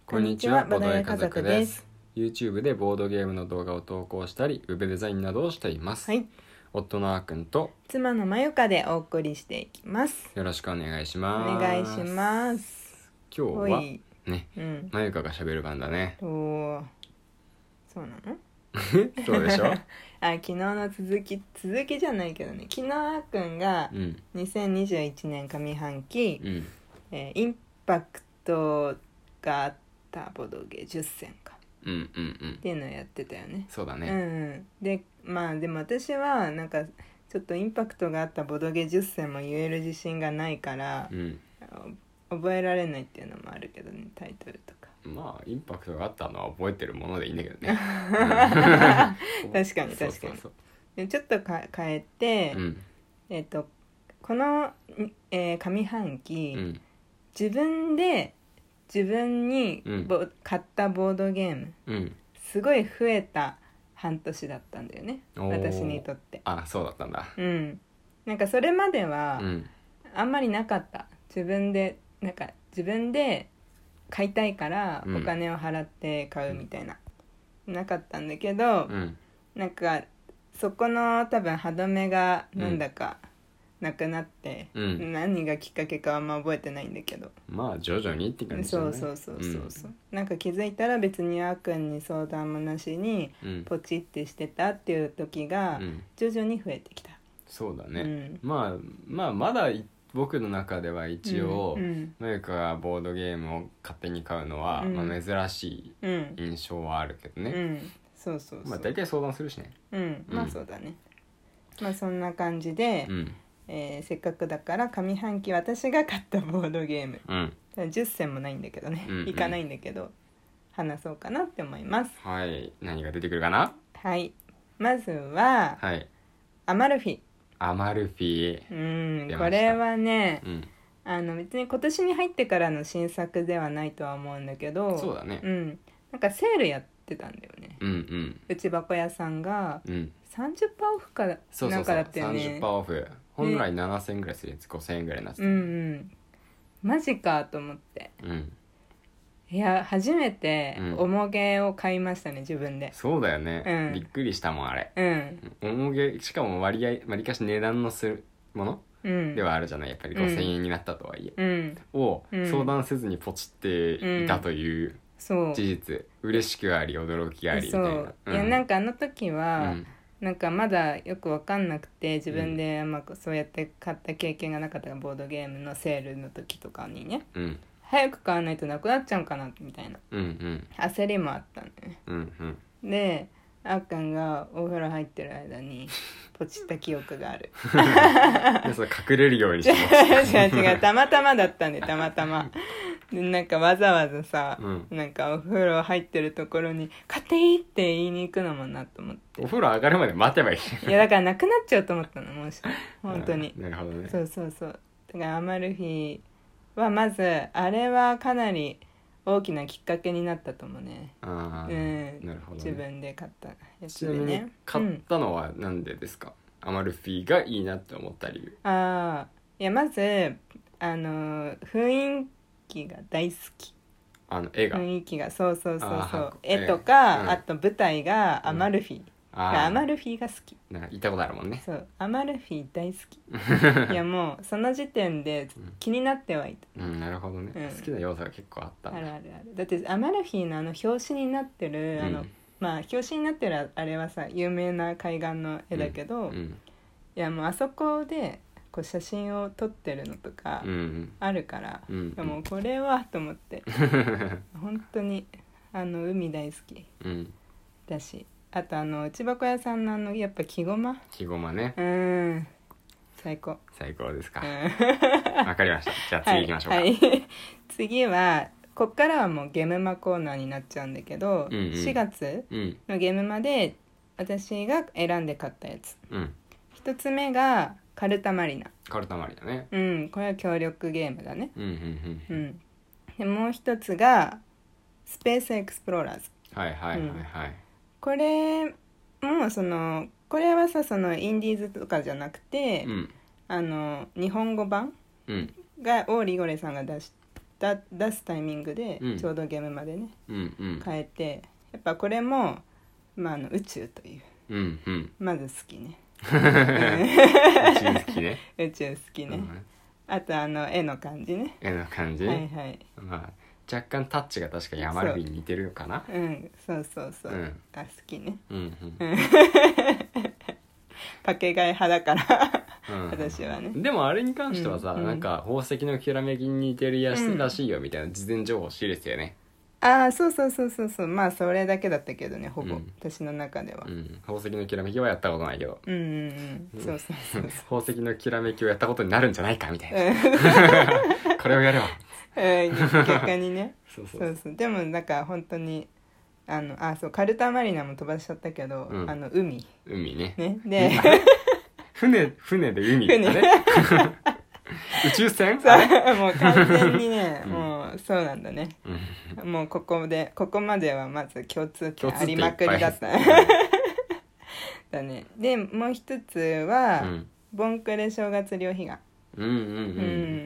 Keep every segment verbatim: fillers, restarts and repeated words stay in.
こんにちは、ボドゲ家族です。 YouTube でボードゲームの動画を投稿したりウェブデザインなどをしています、 はい、 夫のあーくんと妻のまゆかでお送りしていきます。 よろしくお願いします。 お願いします。 今日はね、 うん、 まゆかが喋る番だね。 おー、そうなのそうでしょあ、昨日の続き続きじゃないけどね、昨日あーくんがにせんにじゅういちねん上半期、 うんえー、インパクトがあったボドゲじゅっせんかうんうんうんっていうのをやってたよね。 そうだね、 うんうん、でまあでも私はなんかちょっとインパクトがあったボドゲじゅっせんも言える自信がないから、 うん、 覚えられないっていうのもあるけどね、タイトルとか。 まあインパクトがあったのは覚えてるものでいいんだけどね確かに確かに。そうそうそう、でちょっとか変えて、うん、えっとこの、えー、上半期、うん、自分で自分に、うん、買ったボードゲーム、うん、すごい増えた半年だったんだよね、私にとって。 あ、そうだったんだ。 うん、なんかそれまでは、うん、あんまりなかった。自分でなんか自分で買いたいからお金を払って買うみたいな、うん、なかったんだけど、うん、なんかそこの多分歯止めがなんだかなくなって、うん、何がきっかけかはあんま覚えてないんだけど、 まあ徐々にって感じだね。 そうそうそうそうそう、うん、なんか気づいたら別にあーくんに相談もなしにポチってしてたっていう時が徐々に増えてきた、うん、 そうだね、うん、まあまあまだ僕の中では一応、うんうん、まゆかがボードゲームを勝手に買うのは、うん、まあ、珍しい印象はあるけどね、うんうん、そうそうそう、まあ大体相談するしね、 うん、まあそうだね、まあそんな感じで、うん、えー、せっかくだから上半期私が買ったボードゲーム、うん、じゅっせんもないんだけどね、うんうん、いかないんだけど話そうかなって思います。 はい、何が出てくるかな。 はい、まずは、はい、アマルフィ。 アマルフィ、 うん、これはね、うん、あの別に今年に入ってからの新作ではないとは思うんだけど、 そうだね、 うん、なんかセールやってたんだよね、うんうん、内箱屋さんが さんじゅっパーセント オフかなんかだったよね。 そうそうそう、さんじゅっパーセントオフ、本来ななせんえんぐらいするやつごせんえんぐらいになってた、 うんうん、マジかと思って、うん、いや初めておもげを買いましたね、自分で。 そうだよね、うん、びっくりしたもんあれ、うん、おもげしかも割合割かし値段のするもの、うん、ではあるじゃない、やっぱりごせんえんになったとはいえ、うん、を相談せずにポチっていたという事実、うん、嬉しくあり驚きありみたいな。そう、 うん、いやなんかあの時は、うん、なんかまだよく分かんなくて自分で、まあ、そうやって買った経験がなかったボードゲームのセールの時とかにね、うん、早く買わないとなくなっちゃうかなみたいな、うんうん、焦りもあったんだよね、うんうん、であっくんがお風呂入ってる間にポチった記憶があるでそれ隠れるようにして違う違う、たまたまだったんで、たまたまでなんかわざわざさ、うん、なんかお風呂入ってるところに買っていいって言いに行くのもなと思って、 お風呂上がるまで待てばいいいやだからなくなっちゃうと思ったの、もし本当になるほどね。 そうそうそう、だからアマルフィはまずあれはかなり大きなきっかけになったと思うね。あ、うん、なるほどね、自分で買ったやつでね。ちなみに買ったのはなんでですか、うん、アマルフィがいいなって思った理由。 ああ、いやまずあの雰囲気が大好き。 あの絵が雰囲気が、そうそうそうそう、絵とか、うん、あと舞台がアマルフィ、うん、アマルフィが好き。 なんか行ったことあるもんね。 そう、アマルフィ大好きいやもうその時点で気になってはいた、 うん、うん、なるほどね、うん、好きな要素が結構あったんだ。 あるあるある。だってアマルフィのあの表紙になってる、うん、あのまあ表紙になってるあれはさ有名な海岸の絵だけど、うんうん、いやもうあそこでこう写真を撮ってるのとかあるから、うんうん、でもこれはと思って本当にあの海大好き、うん、だし、あとあの内箱屋さんのあのやっぱ木駒木駒ね、 うん、最高最高ですか。わ、うん、かりました。じゃあ次行きましょうか、はいはい、次はこっからはもうゲームマコーナーになっちゃうんだけど、うんうん、しがつのゲームマで私が選んで買ったやつ、うん、ひとつめがカルタマリナ。 カルタマリナね、 うん、これは協力ゲームだね、うんうんうんうん、でもう一つがスペースエクスプローラーズ。 はいはいはいはい、うん、 これもそのこれはさそのインディーズとかじゃなくて、うん、あの日本語版がをリゴレさんが出しだ出すタイミングでちょうどゲームまでね、 うんうん、 変えて、やっぱこれも、まあ、あの宇宙という、 うんうん、 まず好きね宇宙好きね宇宙好きね、うん、あとあの絵の感じね絵の感じ、 はいはい、 まあ、若干タッチが確かにアマルフィに似てるのかな。 そう、うん、そうそうそう、うん、あ好きね、うんうん、パケ買い派だからうん、私はね。 でもあれに関してはさ、うんうん、なんか宝石のきらめきに似てるやつらしいよみたいな事前情報知れてよね、 ああそうそうそうそうそう、まあそれだけだったけどね、ほぼ、うん、私の中では、 うん、宝石のきらめきはやったことないけど、 うんうんうん、そうそうそうそう宝石のきらめきをやったことになるんじゃないかみたいなこれをやれば、 えー、逆にねそうそう そうそう、でもなんか本当にあのあそうカルタマリナも飛ばしちゃったけど、うん、あの海海ねねで船船で海だね宇宙船もう完全にね、うん、もうそうなんだね、うん、もうここでここまではまず共通点ありまくりだっただね。でもう一つは、うん、ボンクレ正月両悲願、 うんうんうん、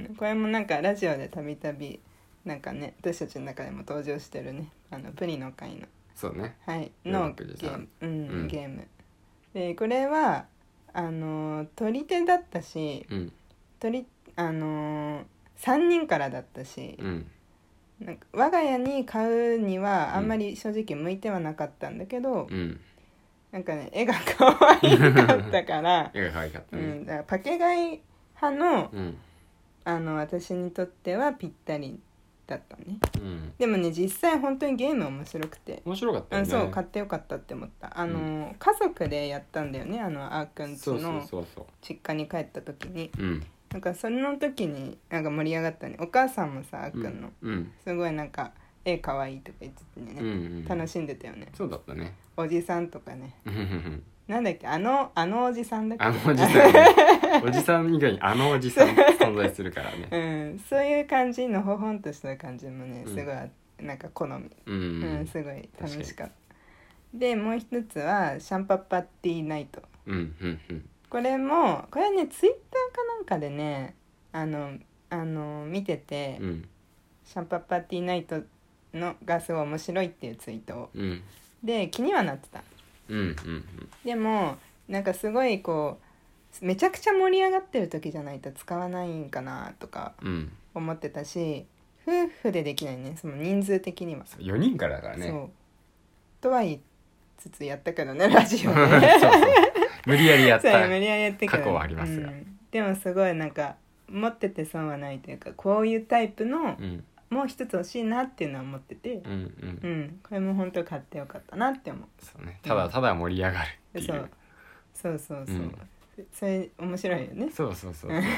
うん、これもなんかラジオでたびたびなんかね私たちの中でも登場してるね、あのプリの会のそうね、 はい、のゲーム、うんうん、ゲームで、これはあの取り手だったし、うん、取りあのさんにんからだったし、うん、なんか我が家に買うにはあんまり正直向いてはなかったんだけど、うん、なんかね絵が可愛かったから絵が可愛かったね、 うん、だからパケ買い派の、うん、あの私にとってはぴったりだったね、うん、でもね実際本当にゲーム面白くて面白かったよね、 そう買ってよかったって思った。あの、うん、家族でやったんだよね、あのあーくんちの実家に帰った時に、うん、なんかその時になんか盛り上がったね。お母さんもさあーくんの、うん、すごいなんか絵かわいいとか言っててね、うんうん、楽しんでたよね。 そうだったね。 おじさんとかねなんだっけあのあのおじさんだっけ、 あのおじさん、ね、おじさん以外にあのおじさん存在するからね、 うん、そういう感じのほほんとした感じもねすごい、うん、なんか好み、うん、うん、すごい楽しかった。でもう一つはシャンパッパッティーナイト、うんうんうん、これもこれねツイッターかなんかでねあのあの見てて、うん、シャンパッパッティーナイトのがすごい面白いっていうツイートを、うん、で気にはなってた、うんうんうん、でもなんかすごいこうめちゃくちゃ盛り上がってる時じゃないと使わないんかなとか思ってたし、うん、夫婦でできないね、その人数的にはよにんからだからね。 そうとは言いつつやったけどねラジオでそうそう無理やりやった無理やりやった過去はありますが、うん、でもすごいなんか持ってて損はないというかこういうタイプの、うん、もう一つ欲しいなっていうのは思ってて、うんうんうん、これも本当買ってよかったなって思う。 そうね、ただただ盛り上がるっていう、 そうそうそうそう、うん、それ面白いよね。 そうそうそうそう、ね、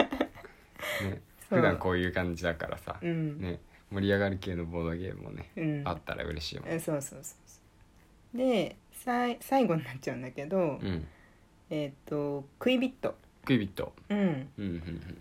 普段こういう感じだからさ、うん、ね、盛り上がる系のボードゲームもね、うん、あったら嬉しいもん。 そうそうそうそうでさい最後になっちゃうんだけど、うん、えっ、ー、とクイビットクイビット、うんうんうんうん、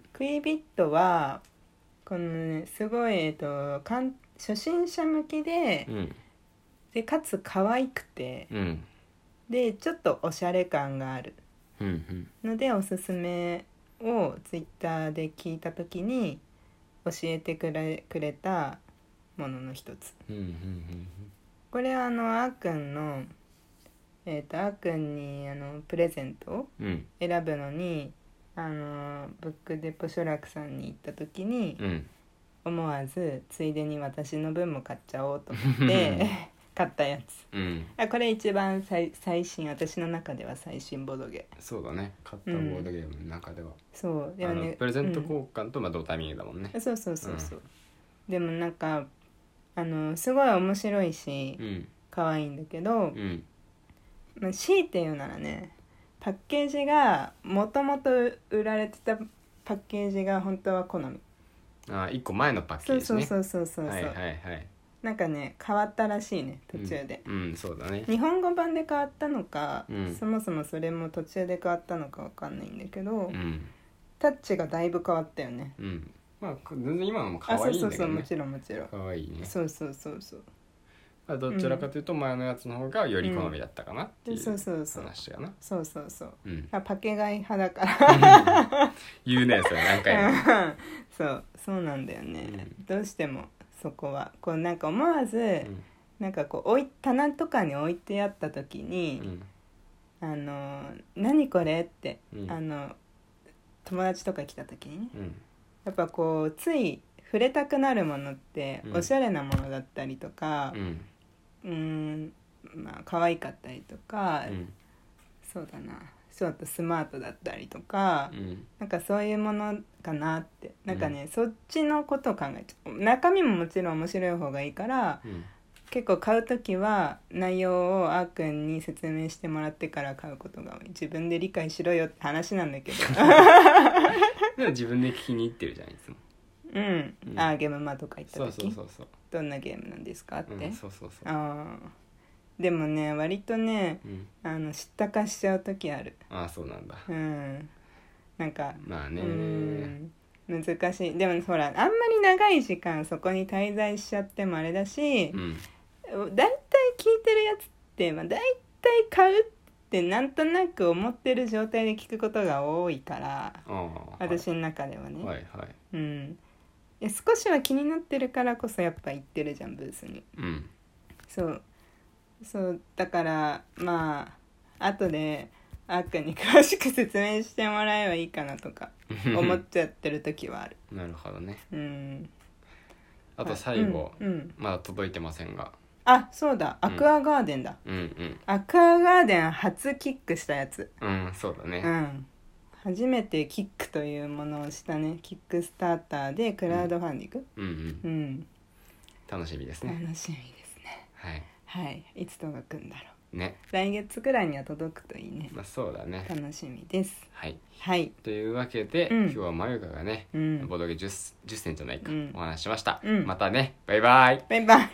クイビットはこのねすごい、えー、とかん初心者向きで、うん、でかつ可愛くて、うん、でちょっとおしゃれ感があるので、うんうん、おすすめをツイッターで聞いた時に教えてくれ、くれたものの一つ、うんうんうん、これはあのあーくんのえー、とあーくんにあのプレゼントを選ぶのに、うん、あのブックデポ書楽さんに行った時に、うん、思わずついでに私の分も買っちゃおうと思って買ったやつ、うん、これ一番 最, 最新私の中では最新ボードゲーム。 そうだね、買ったボードゲームの中では、うん、 そうでもねプレゼント交換とまあ同タイミングだもんね、 うん、そうそうそうそう、うん、でもなんかあのすごい面白いし、うん、可愛いんだけど、うんまあ、強いて言うならねパッケージがもともと売られてたパッケージが本当は好み。 あいっこまえのパッケージね。 そうそうそうそうそう、はいはいはい、なんかね変わったらしいね途中で、 うん、うん、そうだね。 日本語版で変わったのか、うん、そもそもそれも途中で変わったのか分かんないんだけど、うん、タッチがだいぶ変わったよね、うん、 まあ全然今のも可愛いんだけどね。 あそうそうそうもちろんもちろん可愛いね。 そうそうそうそうどちらかというと前のやつの方がより好みだったかなっていう話やな。 そうそうそう、 うん、 パケ買い派だから言うねそれ何回もそうそうなんだよね、うん、どうしてもそこはこうなんか思わず、うん、なんかこう置い棚とかに置いてあった時に、うん、あの何これって、うん、あの友達とか来た時にね、うん、やっぱこうつい触れたくなるものっておしゃれなものだったりとか、うんうーんまあ可愛かったりとか、うん、そうだなちょっとスマートだったりとか、うん、なんかそういうものかなってなんかね、うん、そっちのことを考えちゃう。中身ももちろん面白い方がいいから、うん、結構買うときは内容をあーくんに説明してもらってから買うことが多い。自分で理解しろよって話なんだけどでも自分で聞きに行ってるじゃんいつも。 うん、うん、あゲームマとか行った時そうそうそうそうどんなゲームなんですかって、うん、 そうそうそうあでもね割とね、うん、あの知ったかしちゃう時ある。 あそうなんだ。 うんなんかまあねうん難しい。でもほらあんまり長い時間そこに滞在しちゃってもあれだし、うん、だいたい聞いてるやつって、まあ、だいたい買うってなんとなく思ってる状態で聞くことが多いから私の中ではね、 はいはいうんいや少しは気になってるからこそやっぱ行ってるじゃんブースに、 うん、 そうそうだからまあ後であーくんに詳しく説明してもらえばいいかなとか思っちゃってる時はあるなるほどね。 うんあと最後、うんうん、まだ届いてませんがあそうだアクアガーデンだ、 うんうんうん、 アクアガーデン初キックしたやつ。 うんそうだね、 うん初めてキックというものをしたね。キックスターターでクラウドファンディング、 うんうんうんうん、楽しみですね。 楽しみですね。 はいはいいつ届くんだろうね。 来月くらいには届くといいね。 まあそうだね。 楽しみです。 はい、 はい、 というわけで、うん、今日はまゆかがね、うん、ボドゲ 10, じゅっせんじゃないか、うん、お話ししました、うん、またねバイバイバイバイ。